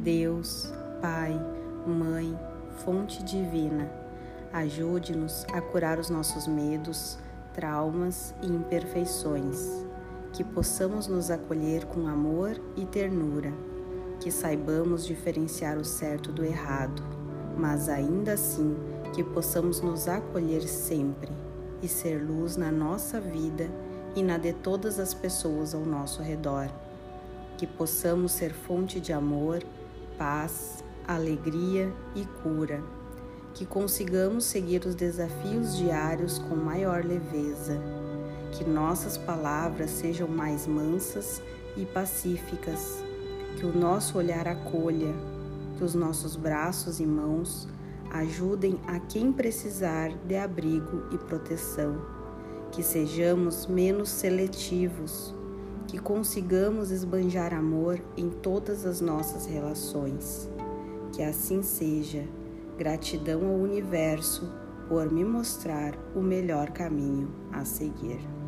Deus, Pai, Mãe, Fonte Divina, ajude-nos a curar os nossos medos, traumas e imperfeições, que possamos nos acolher com amor e ternura, que saibamos diferenciar o certo do errado, mas ainda assim que possamos nos acolher sempre e ser luz na nossa vida e na de todas as pessoas ao nosso redor, que possamos ser fonte de amor, paz, alegria e cura, que consigamos seguir os desafios diários com maior leveza, que nossas palavras sejam mais mansas e pacíficas, que o nosso olhar acolha, que os nossos braços e mãos ajudem a quem precisar de abrigo e proteção, que sejamos menos seletivos, que consigamos esbanjar amor em todas as nossas relações. Que assim seja. Gratidão ao universo por me mostrar o melhor caminho a seguir.